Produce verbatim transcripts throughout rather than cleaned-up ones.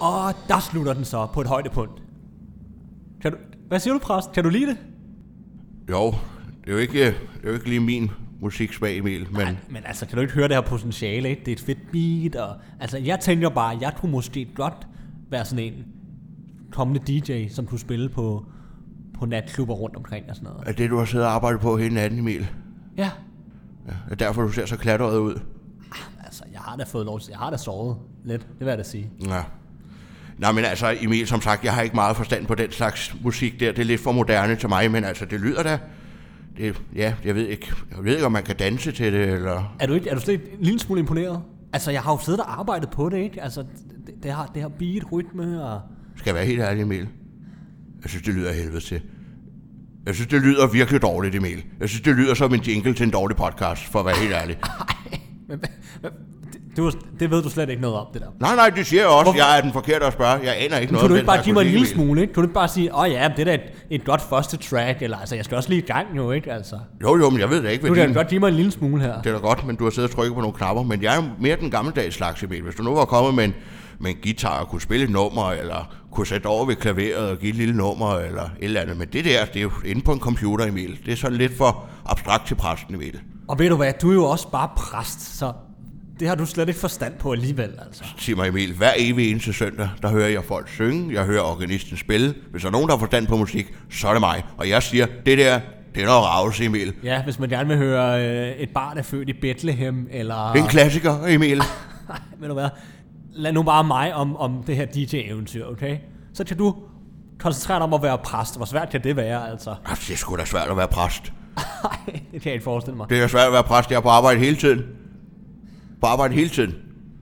Og der slutter den så på et højdepunkt. Kan du, hvad siger du, præst? Kan du lide det? Jo, det er jo ikke, det er jo ikke lige min musiksmag, Emil, men... Nej, men altså, kan du ikke høre det her potentiale, ikke? Det er et fedt beat, og... Altså, jeg tænker bare, jeg kunne måske godt være sådan en kommende D J, som kunne spille på, på natklubber rundt omkring og sådan noget. Er det, du har siddet og arbejdet på hele natten, Emil? Ja. Ja, er derfor, du ser så klatret ud? Altså, jeg har da fået lov til... Jeg har da sovet lidt, det vil jeg da sige. Ja. Nej, men altså, Emil, som sagt, jeg har ikke meget forstand på den slags musik der. Det er lidt for moderne til mig, men altså, det lyder da... Det, ja, jeg ved ikke, jeg ved ikke, om man kan danse til det, eller... Er du ikke, er du slet en lille smule imponeret? Altså, jeg har jo siddet og arbejdet på det, ikke? Altså, det, det, har, det har beat, rytme og... Skal jeg være helt ærlig, Emil? Jeg synes, det lyder helvede til. Jeg synes, det lyder virkelig dårligt, Emil. Jeg synes, det lyder som en jingle til en dårlig podcast, for at være helt ærlig. Nej, men... Du, det ved du slet ikke noget om, det der. Nej, nej, det siger jeg også. Hvorfor? Jeg er den forkerte at spørge. Jeg aner ikke men noget. Kan du ikke bare give mig en lille smule, ikke? Kan du ikke bare sige, åh oh, ja, det er da et, et godt første track, eller altså, jeg skal også lige i gang jo, ikke? Altså. Jo, jo, men jeg ved det ikke. Du kan din... godt give mig en lille smule her. Det er da godt, men du har siddet og trykket på nogle knapper. Men jeg er mere den gammeldags slags, Emil. Hvis du nu var kommet med en, med en guitar og kunne spille et nummer, eller kunne sætte over ved klaveret og give et lille nummer, eller et eller andet. Men det der, det er jo inde på en computer, Emil. Det er sådan lidt for abstrakt til præsten, Emil. Og ved du hvad, du er jo også bare præst, så... Det har du slet ikke forstand på alligevel, altså. Sig mig, Emil, hver evig eneste søndag, der hører jeg folk synge, jeg hører organisten spille. Hvis der er nogen, der har forstand på musik, så er det mig. Og jeg siger, det der, det er noget ravelse, Emil. Ja, hvis man gerne vil høre øh, et barn er født i Bethlehem, eller... Det er en klassiker, Emil. Ved du hvad, lad nu bare mig om, om det her D J-eventyr, okay? Så kan du koncentrere dig om at være præst. Hvor svært kan det være, altså? Det er sgu da svært at være præst. Nej, det kan jeg ikke forestille mig. Det er svært at være præst, jeg er på arbejde hele tiden. På arbejde hele tiden.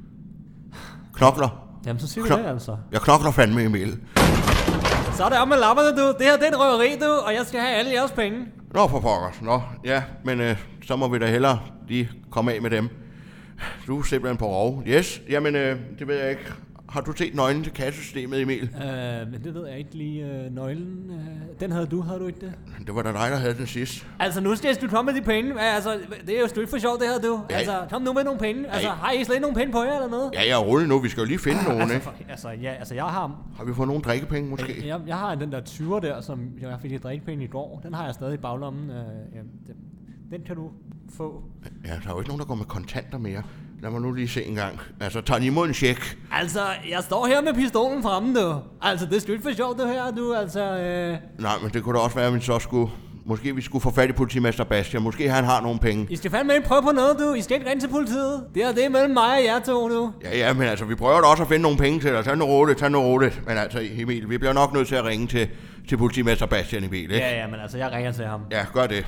Knokler. Jamen, så siger Kno- du det, altså. Jeg knokler fandme, Emil. Så er det om med lapperne, du. Det her, det er et røveri, du, og jeg skal have alle jeres penge. Nå, for pokkers. Nå, ja, men øh, så må vi da hellere lige komme af med dem. Du er simpelthen på rov. Yes, jamen, øh, det ved jeg ikke. Har du set nøglen til kassesystemet, Emil? Øh, men det ved jeg ikke lige. Øh, nøglen, øh, den havde du, havde du ikke det? Det var da dig, der havde den sidst. Altså, nu skal du komme med de penge. Altså, det er jo slet for sjovt, det her, du. Ja. Altså, kom nu med nogle penge. Altså, Ja. har I slet nogen penge på jer, eller noget? Ja, jeg er rolig nu. Vi skal jo lige finde nogen, altså, ikke? for, altså, ja, altså, jeg har... Har vi fået nogle drikkepenge, måske? Jeg, jeg har den der tyver der, som jeg fik i drikkepenge i går. Den har jeg stadig i baglommen. Øh, ja, den, den kan du få. Ja, der er jo ikke nogen, der går med kontanter mere. Lad mig nu lige se en gang. Altså, tager ni imod en check? Altså, jeg står her med pistolen fremme, du. Altså, det er slet for sjovt, det her, du. Altså, øh... Nej, men det kunne da også være, at vi så skulle... Måske vi skulle få fat i politimester Bastian. Måske han har nogle penge. I skal fandme ikke prøve på noget, du. I skal ikke ringe til politiet. Det er det mellem mig og jer to, du. Ja, ja, men altså, vi prøver da også at finde nogle penge til dig. Tag nu roligt, tag nu roligt. Men altså, Emil, vi bliver nok nødt til at ringe til, til politimester Bastian, Emil, ikke? Ja, ja, men altså, jeg ringer til ham. Ja, gør det.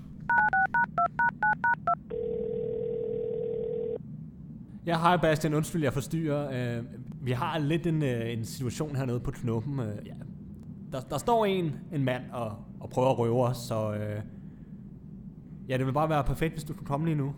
Ja, hej Bastian, undskyld, jeg forstyrrer. Uh, vi har lidt en, uh, en situation hernede på Knuppen. Uh, ja. der, der står en, en mand og, og prøver at røve os, så uh, ja, det vil bare være perfekt, hvis du kunne komme lige nu.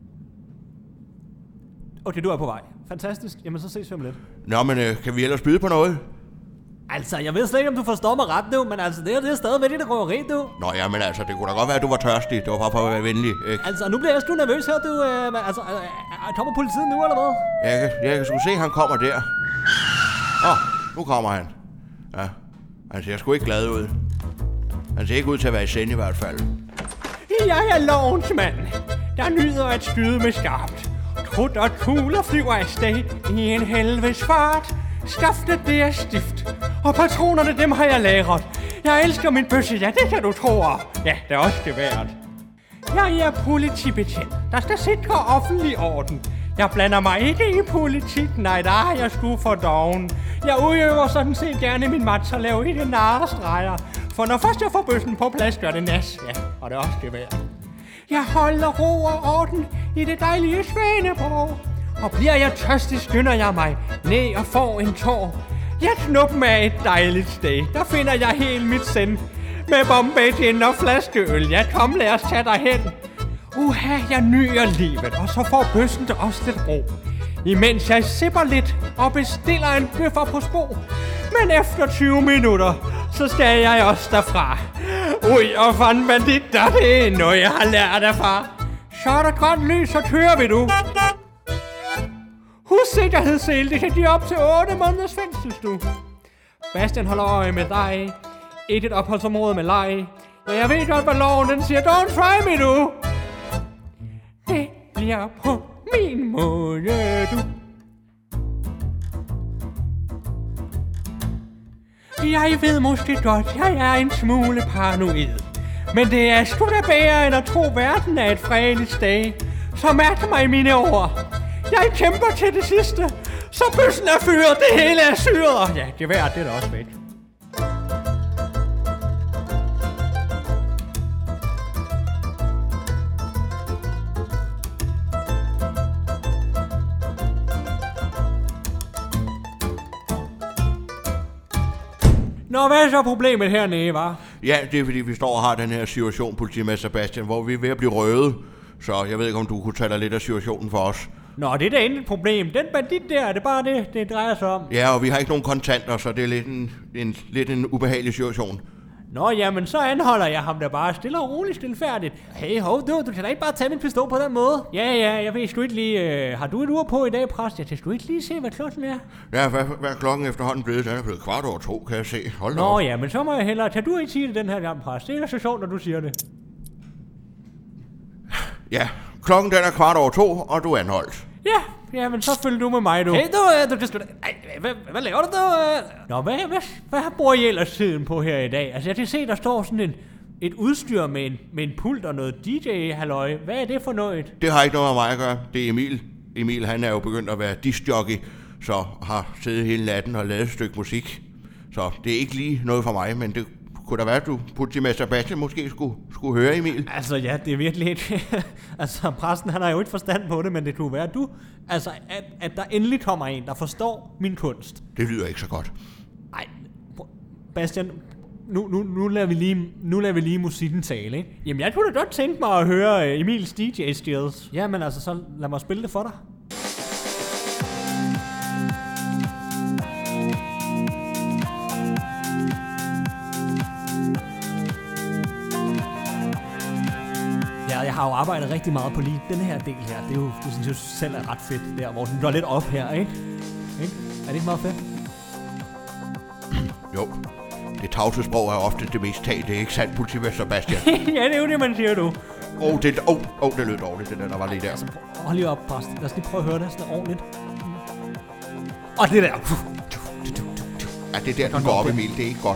Okay, du er på vej. Fantastisk. Jamen, så ses vi om lidt. Nå, men øh, kan vi ellers byde på noget? Altså, jeg ved slet ikke, om du forstår mig ret nu, men altså, det her, det er stadigvæk det røveri, du. Nå, ja, men altså, det kunne da godt være, at du var tørstig. Det var bare for at være venlig, ikke? Altså, nu bliver jeg sgu nervøs her, du. Øh, men, altså, øh, kommer politiet nu, eller hvad? Jeg kan, jeg kan sgu se, at han kommer der. Åh, oh, nu kommer han. Ja, han ser sgu ikke glad ud. Han ser ikke ud til at være i send i hvert fald. Jeg er lovens mand, der nyder at skyde med skarpt. Krudt og kugler flyver afsted i en helvedes fart. Skaftet det er stift, og patronerne dem har jeg lagret. Jeg elsker min bøsse, ja det kan du tro. Ja, det er også det værd. Jeg er politibetjent, der skal sikre offentlig orden. Jeg blander mig ikke i politik, nej, der er jeg sgu for doven. Jeg udøver sådan set gerne min mat, og laver ikke narrestreger. For når først jeg får bøssen på plads, gør det nas, ja, og det er også det værd. Jeg holder ro og orden i det dejlige Svaneborg. Og bliver jeg tørstig, skynder jeg mig ned og får en tår. Jeg Knuppen er et dejligt sted, der finder jeg helt mit sind. Med Bombay gin og flaskeøl, ja kom lad os tage derhen. Uha, jeg nyder livet, og så får bøssen til os lidt ro. Imens jeg sipper lidt og bestiller en bøffer på spor. Men efter tyve minutter, så skal jeg også derfra. Ui, og fanden banditter, det er noget jeg har lært af far. Så er der grønt lys, så kører vi du. Husk sikkerhedssele, det kan give op til otte måneders fængsel, du. Bastian holder øje med dig. Et et opholdsområde med leg. Ja, jeg ved godt, hvad loven den siger. Don't try me, du. Det bliver på min måde, du. Jeg ved måske godt, jeg er en smule paranoid. Men det er sgu da bedre end at tro, verden er et fredeligt sted. Så mærk mig mine ord. Jeg kæmper til det sidste. Så bøssen er fyret, det hele er syret. Ja, det er det er da også væk. Nå, hvad er så problemet hernede, hva'? Ja, det er fordi, vi står og har den her situation, politimester Sebastian, hvor vi er ved at blive røde. Så jeg ved ikke, om du kunne tage dig lidt af situationen for os. Nå, det er da intet problem. Den bandit der, det er bare det, det drejer sig om. Ja, og vi har ikke nogen kontanter, så det er lidt en, en, lidt en ubehagelig situation. Nå, jamen, så anholder jeg ham da bare stille og roligt, stilfærdigt. Hey, hov, du, du kan da ikke bare tage min pistol på den måde. Ja, ja, jeg ved sgu ikke lige... Øh, har du et ur på i dag, præst? Jeg kan sgu ikke lige se, hvad klokken er. Ja, hvad, hvad er klokken efterhånden blevet? Den er blevet kvart over to, kan jeg se. Hold da Nå, op. ja, men så må jeg hellere... Kan du ikke sige det den her gang, præst? Det er så sjovt, når du siger det. Ja, klokken den er kvart over to, og du er anholdt. Ja, ja, men så følger du med mig, du. Hey, du, du kan sgu da... Ej, hvad, hvad laver du, du? Nå, hvad, hvad, hvad bruger I ellers tiden på her i dag? Altså, jeg kan se, der står sådan en, et udstyr med en, med en pult og noget D J-halløj. Hvad er det for noget? Det har ikke noget med mig at gøre. Det er Emil. Emil, han er jo begyndt at være discjockey, så har siddet hele natten og lavet et stykke musik. Så det er ikke lige noget for mig, men det kunne da være, at du, politimester Sebastian, måske skulle, skulle høre Emil. Altså, ja, det er virkelig et... altså, præsten, han har jo ikke forstand på det, men det kunne være, at du... Altså, at, at der endelig kommer en, der forstår min kunst. Det lyder ikke så godt. Ej, Bastian, nu, nu, nu, lader vi lige, nu lader vi lige musikken tale, ikke? Jamen, jeg kunne da godt tænke mig at høre Emils D J-skills. Jamen, altså, så lad mig spille det for dig. Jeg har jo arbejdet rigtig meget på lige den her del her. Det er jo, det synes jeg selv er ret fedt der, hvor den går lidt op her, ikke? ikke? Er det ikke meget fedt? Jo. Det tavsesprog er ofte det mest tag. Det er ikke sandt, politimester Sebastian. Ja, det er jo det, man siger, du. Åh, oh, det, oh, oh, det lød dårligt, det der, der var lige der. Altså, hold lige op, præst. Lad os lige prøve at høre det sådan ordentligt. Og det der. Ja, det er der, den går op, Emil. Det er ikke godt.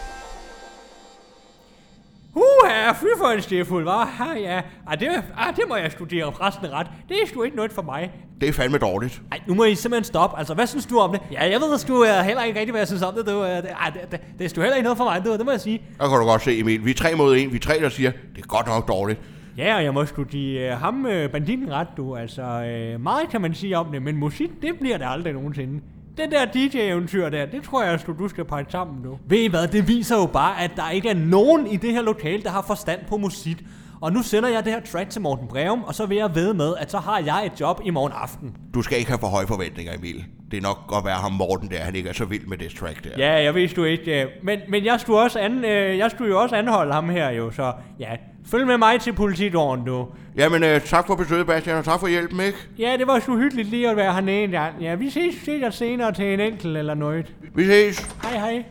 Uha, fy for en stifuld, hva'? Ja, ja. Ah, det, ah, det må jeg studere præsten ret. Det er sgu ikke noget for mig. Det er fandme dårligt. Ej, nu må I simpelthen stoppe. Altså, hvad synes du om det? Ja, jeg ved sgu heller ikke rigtig, hvad jeg synes om det. Du. Ej, det, det, det er sgu heller ikke noget for mig, du. Det må jeg sige. Der kan du godt se, Emil. Vi er tre mod en. Vi er tre, der siger, det er godt nok dårligt. Ja, og jeg må sgu give uh, ham uh, banditten ret, du. Altså, uh, meget kan man sige om det, men musik, det bliver det aldrig nogensinde. Den der D J-eventyr der, det tror jeg, du skal pakke sammen nu. Ved I hvad, det viser jo bare, at der ikke er nogen i det her lokale, der har forstand på musik. Og nu sender jeg det her track til Morten Breum, og så vil jeg ved med, at så har jeg et job i morgen aften. Du skal ikke have for høje forventninger, Emil. Det er nok godt være ham Morten der, han ikke er så vild med det track der. Ja, jeg vidste du ikke. Men, men jeg, skulle også an, jeg skulle jo også anholde ham her jo, så ja. Følg med mig til politidåren, du. Jamen, øh, tak for besøget, Bastian, og tak for hjælpen, ikke? Ja, det var så hyggeligt lige at være hernede en gang. Ja, vi ses sikkert senere til en enkelt eller noget. Vi ses. Hej, hej.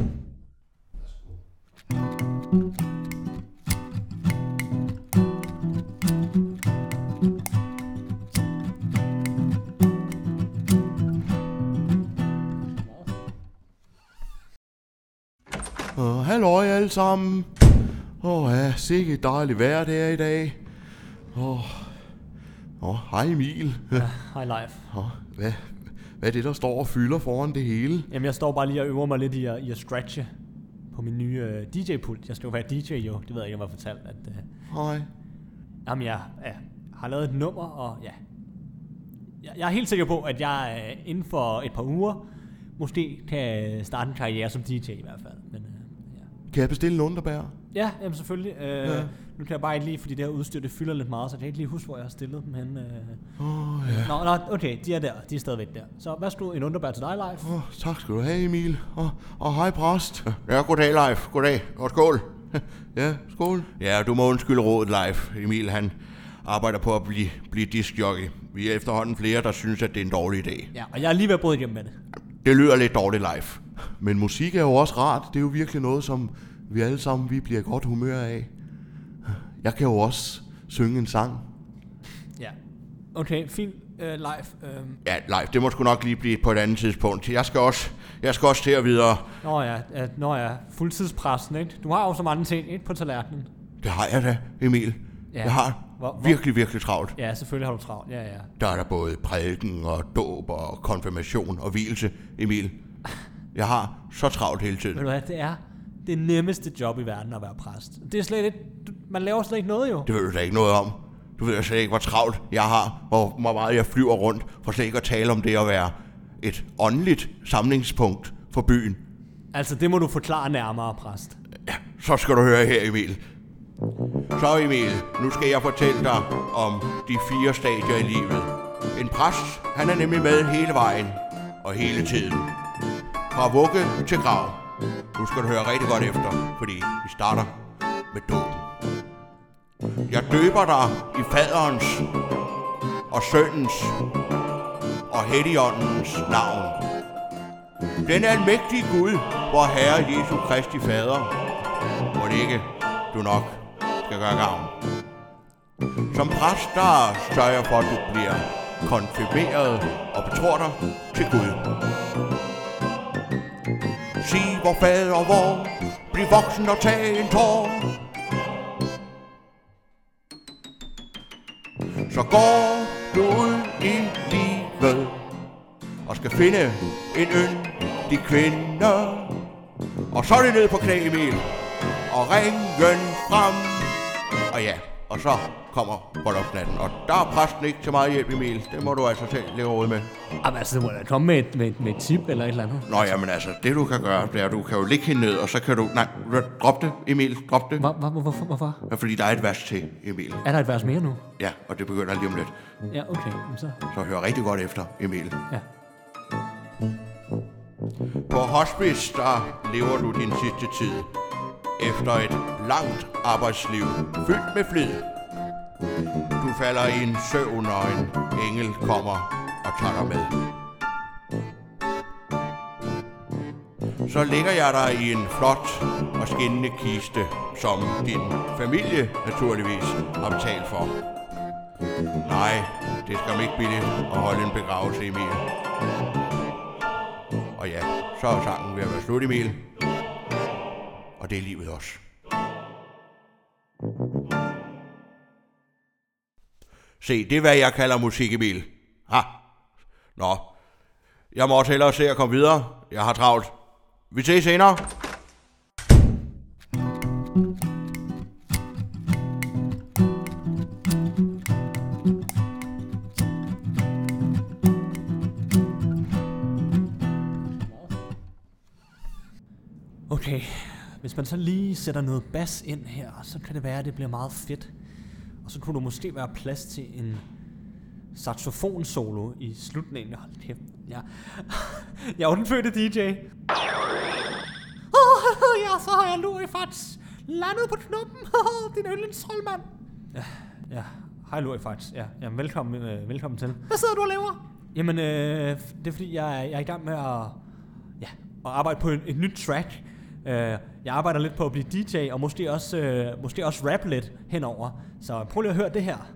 Åh, uh, halløj alle sammen. Åh, oh, ja, sikke dejligt vejr det er i dag. Åh, oh. oh, hej Emil. Ja, hej Leif. Oh, hvad, hvad er det, der står og fylder foran det hele? Jamen, jeg står bare lige og øver mig lidt i at, i at stretche på min nye uh, D J-pult. Jeg skal jo være D J jo, det ved jeg ikke, om jeg har fortalt. At, uh... Hej. Jamen, jeg ja, har lavet et nummer, og ja. Jeg, jeg er helt sikker på, at jeg uh, inden for et par uger måske kan starte en karriere som D J i hvert fald. Men, uh, ja. Kan jeg bestille en underbær? Ja, jamen selvfølgelig. Uh, ja. Nu kan jeg bare ikke lige, fordi det her udstyr, det fylder lidt meget, så jeg kan ikke lige huske, hvor jeg har stillet dem hen. Åh, uh... oh, ja. Nå, nå, okay, de er der. De er stadigvæk der. Så værsgo, en underbær til dig, Leif. Åh, oh, tak skal du have, Emil. Og, og hej, præst. Ja, goddag, Leif. Goddag. Og skål. Ja, skål. Ja, du må undskylde rådet, Leif. Emil, han arbejder på at blive, blive diskjockey. Vi er efterhånden flere, der synes, at det er en dårlig idé. Ja, og jeg er lige ved at bryde igennem med det. Det lyder lidt dårligt live. Men musik er jo også rart. Det er jo virkelig noget, som vi alle sammen vi bliver godt humør af. Jeg kan jo også synge en sang. Ja. Okay, fint. Uh, live. Uh... Ja, live. Det må sgu nok lige blive på et andet tidspunkt. Jeg skal også, jeg skal også til at videre. Nå ja, uh, nå ja. Fuldtidspressen, ikke? Du har jo så mange ting, ikke, på tallerkenen. Det har jeg da, Emil. Ja. Jeg har hvor, hvor... virkelig, virkelig travlt. Ja, selvfølgelig har du travlt. Ja, ja. Der er der både prædiken og dåb og konfirmation og vielse, Emil. Jeg har så travlt hele tiden. Ved du hvad, det er det nemmeste job i verden at være præst. Det er slet ikke, man laver slet ikke noget jo. Det ved du da ikke noget om. Du ved slet ikke, hvor travlt jeg har, hvor meget jeg flyver rundt, for slet ikke at tale om det at være et åndeligt samlingspunkt for byen. Altså, det må du forklare nærmere, præst. Ja, så skal du høre her, Emil. Så Emil, nu skal jeg fortælle dig om de fire stadier i livet. En præst, han er nemlig med hele vejen og hele tiden. Fra vugge til grav. Nu skal du høre rigtig godt efter, fordi vi starter med dåben. Jeg døber dig i faderens og sønnens og helligåndens navn. Den almægtige Gud, vor Herre Jesu Kristi Fader, må det ikke du nok skal gøre gavn. Som præst, der sørger jeg for, at du bliver konfirmeret og betror dig til Gud. Sig vor fader vor, bliv voksen og tag en tår. Så går du ud i livet og skal finde en yndig kvinde. Og så er det ned på knæ, Emil, og ringen frem. Og ja, og så kommer bryllupsnatten. Og der er præsten ikke til meget hjælp, Emil. Det må du altså selv lægge råd med. Jamen altså, du må da komme med et, med, med et tip eller et eller andet. Nå jamen altså, det du kan gøre, det er, at du kan jo ligge hende ned, og så kan du... Nej, drop det, Emil, drop det. Hvor, hvor, hvorfor? hvorfor? Ja, fordi der er et vers til, Emil. Er der et vers mere nu? Ja, og det begynder lige om lidt. Ja, okay. Så, så hør rigtig godt efter, Emil. Ja. På hospice, der lever du din sidste tid. Efter et langt arbejdsliv, fyldt med flid. Du falder i en søvn, og en engel kommer og tager dig med. Så lægger jeg dig i en flot og skinnende kiste, som din familie naturligvis har betalt for. Nej, det skal ikke billigt at holde en begravelse, Emil. Og ja, så er sangen ved at være slut, Emil. Og det er livet også. Se, det er hvad jeg kalder musik, Emil. Ha! Nå, jeg må også hellere se at komme videre. Jeg har travlt. Vi ses senere. Okay, hvis man så lige sætter noget bas ind her, så kan det være, at det bliver meget fedt. Og så kunne der måske være plads til en saxofon-solo i slutningen. Hold kæft, ja. Jeg er jo den fødte D J. Oh, ja, så har jeg Lurifax landet på knuppen. Din yndlingstroldmand. Ja, ja. Hej Lurifax. Ja, jamen, velkommen, øh, velkommen til. Hvad sidder du og laver? Jamen, øh, det er fordi, jeg, jeg er i gang med at, ja, at arbejde på et, et nyt track. Uh, jeg arbejder lidt på at blive D J, og måske også, uh, måske også rap lidt henover. Så prøv lige at høre det her.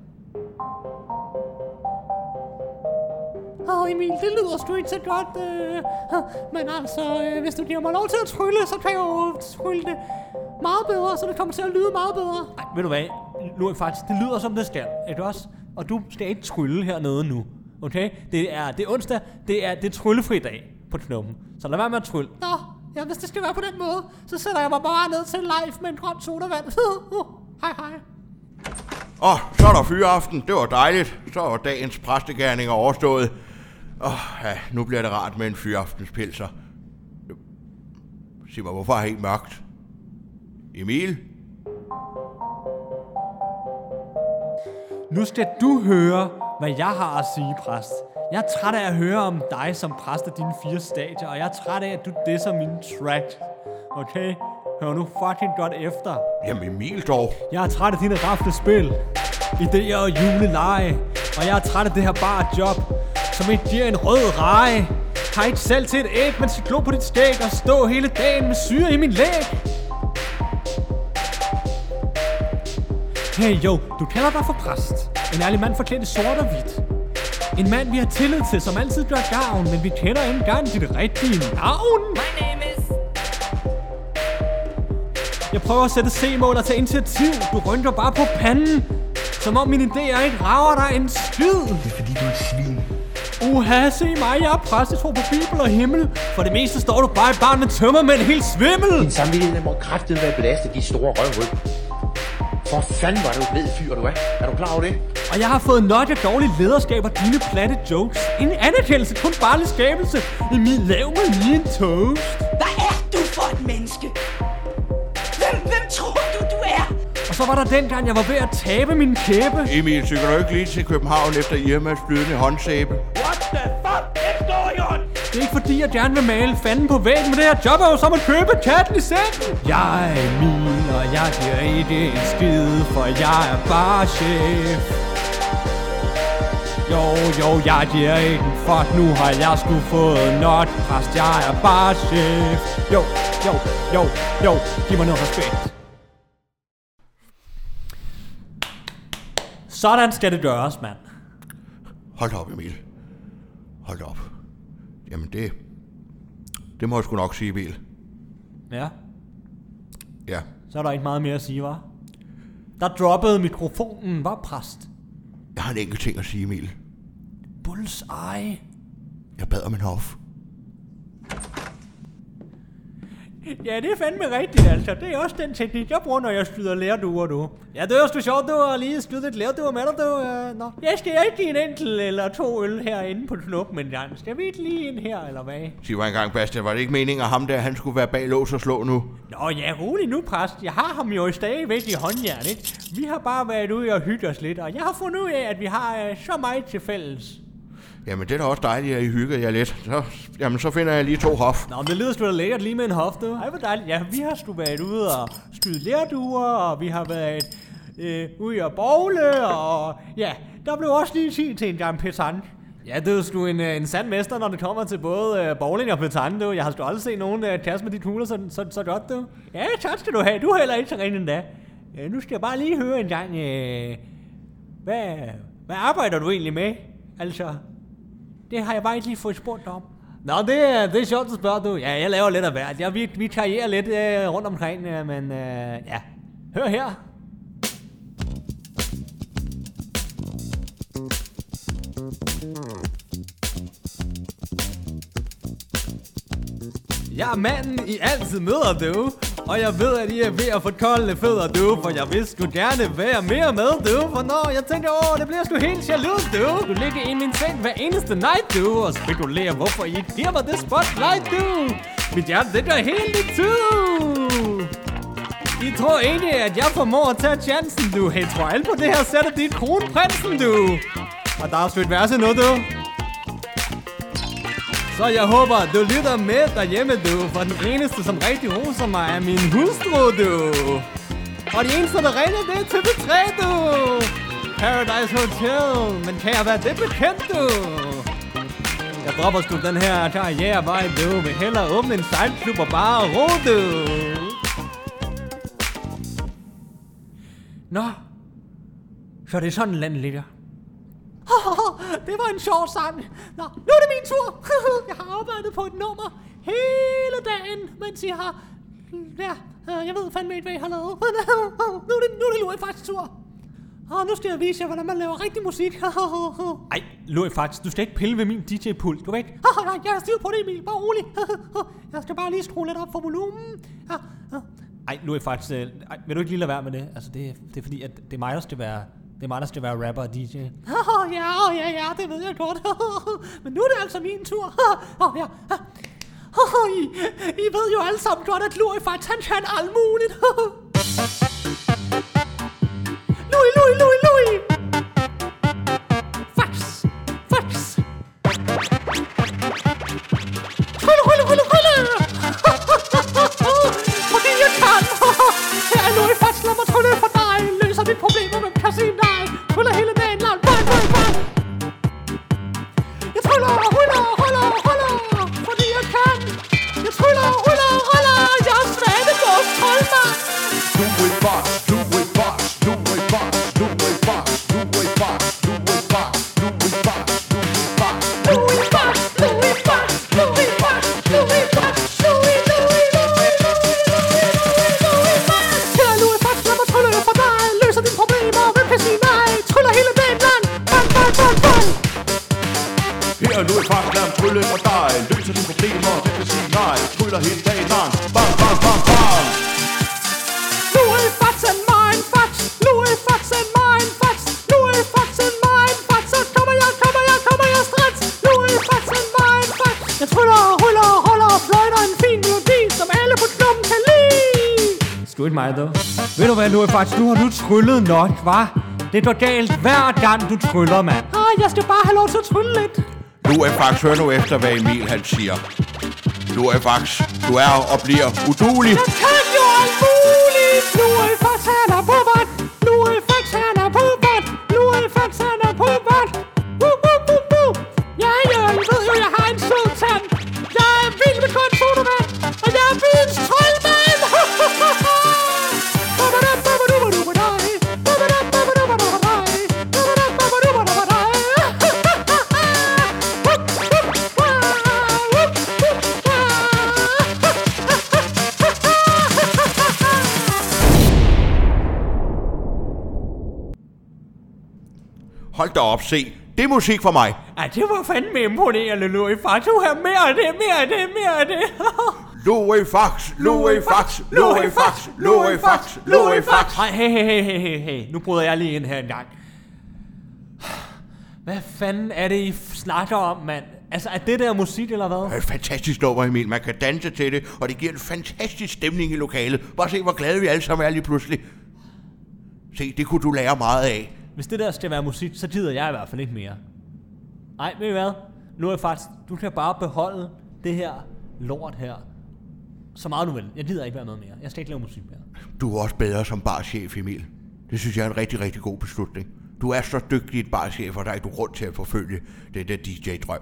Åh oh, Emil, det lyder sgu ikke så godt. Uh, men altså, uh, hvis du giver mig lov til at trylle, så kan jeg jo trylle det meget bedre, så det kommer til at lyde meget bedre. Ej, ved du hvad? Nu faktisk, det lyder som det skal, ikke også? Og du skal ikke trylle hernede nu, okay? Det er, det er onsdag, det er, det er tryllefri dag på knuppen. Så lad være med at trylle. Nå. Ja, hvis det skal være på den måde, så sætter jeg mig bare ned til live med en grøn sodavand. Hej, hej. Åh, oh, så er der fyraften. Det var dejligt. Så var dagens præstegærning overstået. Åh, oh, ja, nu bliver det rart med en fyraftenspilser. Sig mig, hvorfor er det helt mørkt? Emil? Nu skal du høre, hvad jeg har at sige, præst. Jeg er træt af at høre om dig som præst af dine fire stadier, og jeg er træt af, at du disser mine tracks. Okay? Hør nu fucking godt efter. Jamen Emil dog. Jeg er træt af dine rafle spil. idéer og juleleje. Og jeg er træt af det her bare job, som ikke giver en rød reje. Har ikke selv til et æg, mens jeg glor på dit skæg og stå hele dagen med syre i min læg. Hey yo, du kalder dig for præst. En ærlig mand forklædt i sort og hvidt. En mand vi har tillid til, som altid gør gavn, men vi kender ikke engang dit rigtige navn. My name is... Jeg prøver at sætte C-mål og tage initiativ. Du rynker bare på panden, som om mine idéer ikke rager dig en skid. Det er fordi du er et svin. Uha, se mig, jeg er præst, jeg tror på Bibel og himmel. For det meste står du bare i barn med tømmermænd helt svimmel. Din samvittighed må kraftigt være belastet, de store røvhul. For fanden var du et ved fyr, du er. Er du klar over det? Og jeg har fået nok af dårligt lederskab og dine platte jokes. En anerkendelse, kun bare lidt skabelse. Emil, lav mig lige en toast. Hvad er du for et menneske? Hvem, hvem tror du, du er? Og så var der dengang, jeg var ved at tabe min kæbe. Emil, cykler du ikke lige til København efter Irmas flydende håndsæbe? What the fuck is going on? Det er ikke fordi, jeg gerne vil male fanden på væggen, men det her job er jo som at købe katten i sengen. Jeg er Emil, og jeg giver ikke en skid, for jeg er bare chef. Jo, jo, jeg giver ikke en fuck, nu har jeg sgu fået nok præst, jeg er bare chef. Jo, jo, jo, jo, giv mig noget respekt. Sådan skal det gøres, mand. Hold op, Emil. Hold op. Jamen det... Det må jeg sgu nok sige, Emil. Ja, Ja. så er der ikke meget mere at sige, hva'? Der droppede mikrofonen, var præst. Jeg har en enkelt ting at sige, Emil. Bullseye. Jeg bad om en hof. Ja, det er fandme rigtigt, altså. Det er også den teknik, jeg bruger, når jeg skyder lærduer, du. Ja, det er jo sjovt, du har lige skydet et lærduer med dig, du. Uh, nå. Jeg skal ikke give en enkelt eller to øl herinde på knuppen en gang. Skal vi ikke lige ind her, eller hvad? Sig mig engang, Bastian, var det ikke meningen, at ham der, han skulle være bag lås og slå nu? Nå ja, rolig nu, præst. Jeg har ham jo stadigvæk i håndjern, ikke? Vi har bare været ude og hygge os lidt, og jeg har fundet ud af, at vi har uh, så meget til fælles. Jamen, det er da også dejligt, at I hyggede jer lidt. Så, jamen, så finder jeg lige to hof. Nå, men det lyder sgu da lækkert lige med en hof, du. Ej, hvor dejligt. Ja, vi har sgu været ude og skyde lærduer, og vi har været øh, ude og bowle, og ja, der blev også lige tid til en gang petanque. Ja, det er sgu en, en sand mester, når det kommer til både øh, bowling og petanque, du. Jeg har sgu aldrig set nogen øh, kaste med de kugler så, så, så godt, du. Ja, tak skal du have. Du er heller ikke så rent endda. Øh, nu skal jeg bare lige høre en gang, øh, hvad, hvad arbejder du egentlig med? Altså... Det har jeg bare ikke lige fået spurgt om. Nå, det er, det er sjovt at spørge, du. Ja, jeg laver lidt af hvert. Ja, vi, vi karrierer lidt øh, rundt omkring, øh, men øh, ja. Hør her. Jeg er manden, I altid møder, du. Og jeg ved, at I er ved at få kolde fødder, du. For jeg vil sgu gerne være mere med, du. For når jeg tænker, åh, det bliver sgu helt jaloux, du. Du ligger i min seng hver eneste night, du. Og spekulerer, hvorfor I ikke giver mig det spotlight, du. Mit hjerte, det gør helt i tur. I tror ikke, at jeg formår at tage chancen, du. Hey, tror alt på det her sætter dit kronprinsen, du. Og der er sgu et værse nu, du. Så jeg håber, du lytter med derhjemme, du. For den eneste, som rigtig roser mig, er min hustru, du. Og de eneste, der ringer, det er T V tre, du. Paradise Hotel. Men kan jeg være det bekendt, du? Jeg dropper sgu den her karrierevej, du. Vil hellere åbne en sejlklub og bare ro, du. Nå. Så det er sådan, landet ligger. Det var en sjov sang. Nå, nu er det min tur. Jeg har arbejdet på et nummer hele dagen, mens I har... Ja, jeg ved fandme ikke, hvad I har lavet. Nu er det, nu er det Louis faktisk tur. Og nu skal jeg vise jer, hvordan man laver rigtig musik. Ej, Louis faktisk, du skal ikke pille ved min D J-pult, du ved ikke? Nej, jeg har styr på det, Emil. Bare rolig. Jeg skal bare lige skrue lidt op for volumen. Ej, Louis faktisk, vil du ikke lige lade være med det? Altså, det, det er fordi, at det er mig, der skal være... Det er mig, der skal være rapper og D J. Oh, ja, oh, ja, ja, det ved jeg godt. Men nu er det altså min tur. Oh, ja. Oh, I, I ved jo alle sammen godt, at Louis faktisk, han kan alt muligt. Louis, Louis, Louis, Louis. Fax, fax. Krølle, krølle, krølle, krølle. Fordi jeg kan. Her er Louis faktisk, lad mig trylle for dig. Løser dine problemer med kan sige nej. ruller, ruller, ruller, jeg er Svanegårds troldmand. Louis Fox, Louis Fox, Louis Fox, Louis Fox, Louis Fox, Louis Fox, Louis Fox, Louis Fox, Louis Fox, Louis Fox, Louis Fox, Louis Fox, Louis, Louis, Louis, Louis, Louis, Louis Fox. Kære Louis Fox, lad mig trylle for dig. Løser dine problemer, hvem kan sige nej? Tryller hele dagen lang, bang, bang, bang, bang. her er Louis Fox, lad ham trylle for dig. Løser dine problemer, hvem kan sige nej? Tryller hele dagen lang, bang, bang, bang, bang. Louis Fox and mine Fox, Louis Fox and mine Fox, Louis Fox and mine Fox. Så kommer jeg, kommer jeg, kommer jeg straks. Louis Fox and mine Fox. Jeg tryller, ruller, holder og fløjter en fin melodi, som alle på klubben kan lide. Sgu ikke mig, dog. Ved du hvad, Louis Fox, nu har du tryllet nok, hva? Det går galt hver gang du tryller, mand. Ah, jeg skal bare have lov til at trylle lidt. Louis Fox, hør nu efter, hvad Emil han siger. Louis Fox, du er og bliver uduelig. Jeg kan jo alt muligt. Louis Fox, han er på vand. Louis Fox, han er på vand. Louis Fox, han er på vand. Woo, woo, woo, woo. Ja, ja, I ved jo, jeg har en sød tand. Jeg er vild med kun sodavand. Og jeg er byens troldmand. Hold da op, se. Det er musik for mig. Ej, det var fandme imponerende, Louis Fox. Du har mere af det, mere af det, mere af det. Louis Fox, Louis Fox, Louis Fox, Louis Fox, Louis Fox. Nej, hey, hey, hey, hey, hey. Nu bryder jeg lige ind her en gang. Hvad fanden er det, I snakker om, mand? Altså, er det der musik, eller hvad? Det er et fantastisk nummer, Emil. Man kan danse til det, og det giver en fantastisk stemning i lokalet. Bare se, hvor glade vi alle sammen er lige pludselig. Se, det kunne du lære meget af. Hvis det der skal være musik, så gider jeg i hvert fald ikke mere. Nej, ved I hvad? Nu er jeg faktisk... Du kan bare beholde det her lort her. Så meget du vil. Jeg gider ikke være noget mere. Jeg skal ikke lave musik mere. Du er også bedre som barchef, Emil. Det synes jeg er en rigtig, rigtig god beslutning. Du er så dygtig et barchef, og der er du grund til at forfølge den der D J-drøm.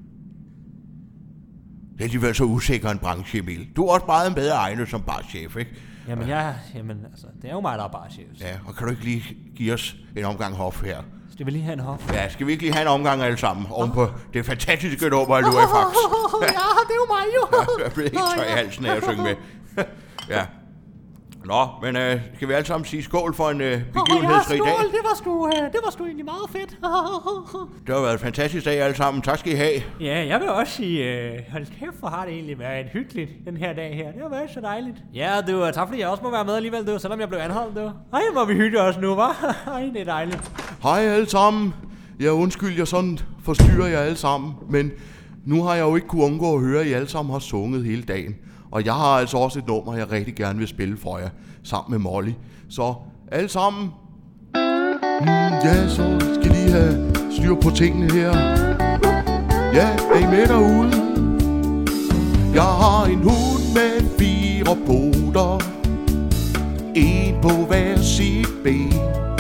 Det er alligevel så usikker en branche, Emil. Du er også meget en bedre egnet som barchef, ikke? Jamen, jeg, jamen altså, det er jo mig, der er barchef. Ja, og kan du ikke lige give os en omgang hof her? Skal vi lige have en hof? Ja, skal vi ikke lige have en omgang alle sammen? Ovenpå det fantastiske nummer af Louis Fox. Ja, det er jo mig jo. Ja, jeg blev helt tør i halsen af at synge med. Ja. Nå, men øh, skal vi alle sammen sige skål for en øh, begivenhedsrig dag? Ja, skål. Det var sgu, øh, det var sgu egentlig meget fedt. Det har været en fantastisk dag alle sammen. Tak skal I have. Ja, jeg vil også sige, øh, hold kæft, hvor har det egentlig været hyggeligt den her dag her. Det har været så dejligt. Ja, det var tak, fordi jeg også må være med alligevel, det var, selvom jeg blev anholdt. Det var. Ej, hvor vi hygger os nu, hva'? Ej, det er dejligt. Hej alle sammen. Ja, undskyld, jeg sådan forstyrrer jer alle sammen, men nu har jeg jo ikke kunne undgå at høre, at I alle sammen har sunget hele dagen. Og jeg har altså også et nummer, jeg rigtig gerne vil spille for jer, sammen med Molly. Så alle sammen, mm, ja, så skal I have styr på tingene her. Ja, er I med derude? Jeg har en hund med fire poter, en på hver sit ben.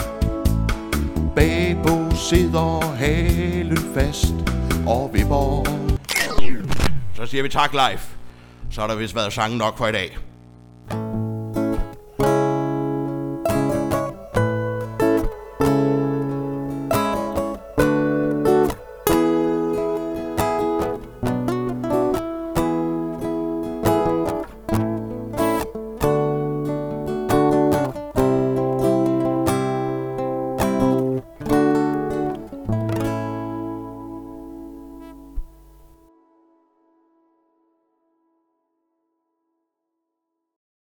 Bagpå sidder halen fast og vipper. Så siger vi tak live. Så har der vist været sangen nok for i dag.